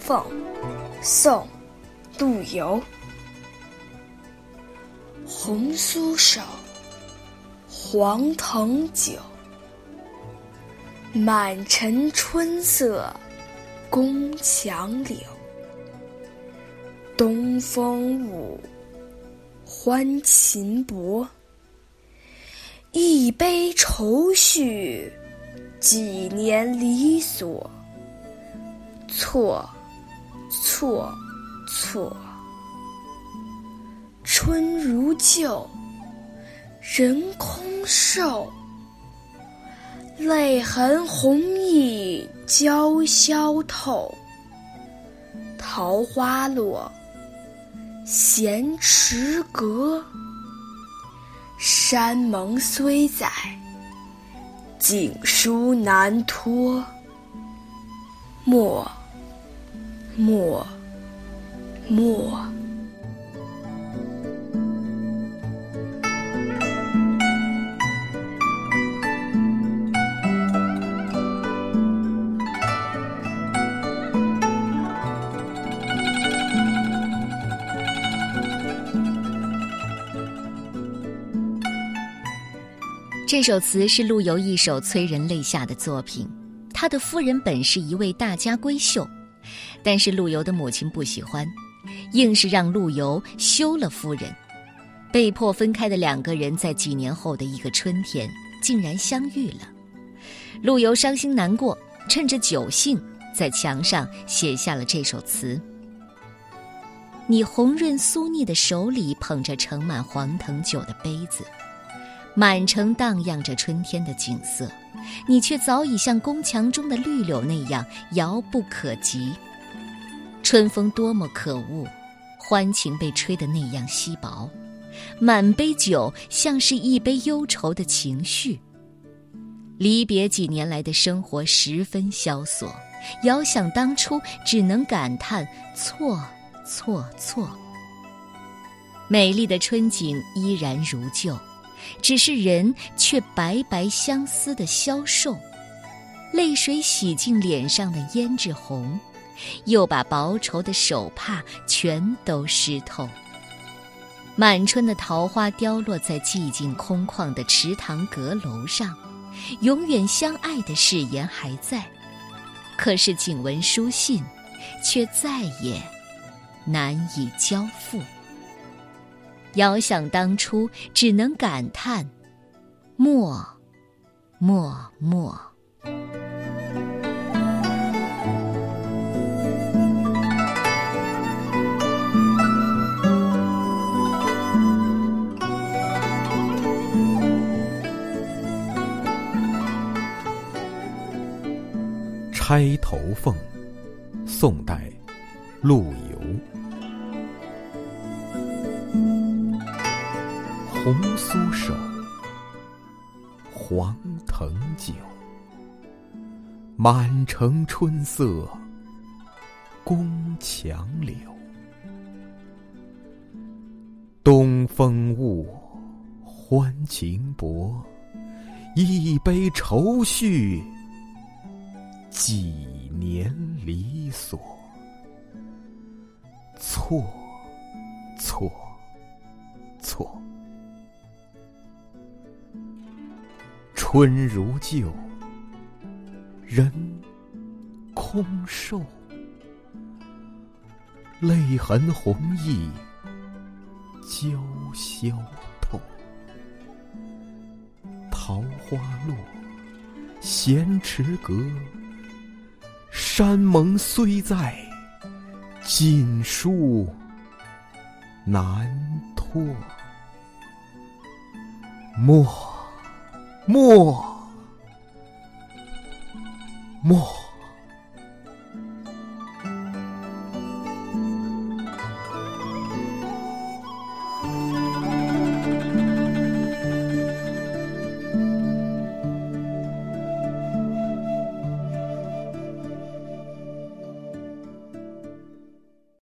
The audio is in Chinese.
凤》宋·陆游。红酥手，黄藤酒，满城春色宫墙柳。东风舞，欢琴薄，一杯愁绪，几年离索。错，错，错。春如旧，人空瘦，泪痕红浥鲛绡透。桃花落，闲池阁。山盟虽在，锦书难托。莫，莫，莫。 这首词是陆游一首催人泪下的作品。他的夫人本是一位大家闺秀，但是陆游的母亲不喜欢，硬是让陆游休了夫人。被迫分开的两个人在几年后的一个春天竟然相遇了。陆游伤心难过，趁着酒兴在墙上写下了这首词。你红润酥腻的手里捧着盛满黄藤酒的杯子，满城荡漾着春天的景色，你却早已像宫墙中的绿柳那样遥不可及。春风多么可恶，欢情被吹得那样稀薄，满杯酒像是一杯忧愁的情绪。离别几年来的生活十分萧索，遥想当初，只能感叹错，错，错。美丽的春景依然如旧，只是人却白白相思的消瘦，泪水洗尽脸上的胭脂红，又把薄绸的手帕全都湿透。满春的桃花凋落在寂静空旷的池塘阁楼上，永远相爱的誓言还在，可是颈文书信却再也难以交付。遥想当初，只能感叹莫，莫，莫。 钗头凤，宋代，陆游。红酥手，黄藤酒，满城春色宫墙柳。东风误，欢情薄，一杯愁绪，几年离索。错，错，错。春如旧，人空瘦，泪痕红浥鲛绡透。桃花落，闲池阁。山盟虽在，锦书难托。莫，莫，莫。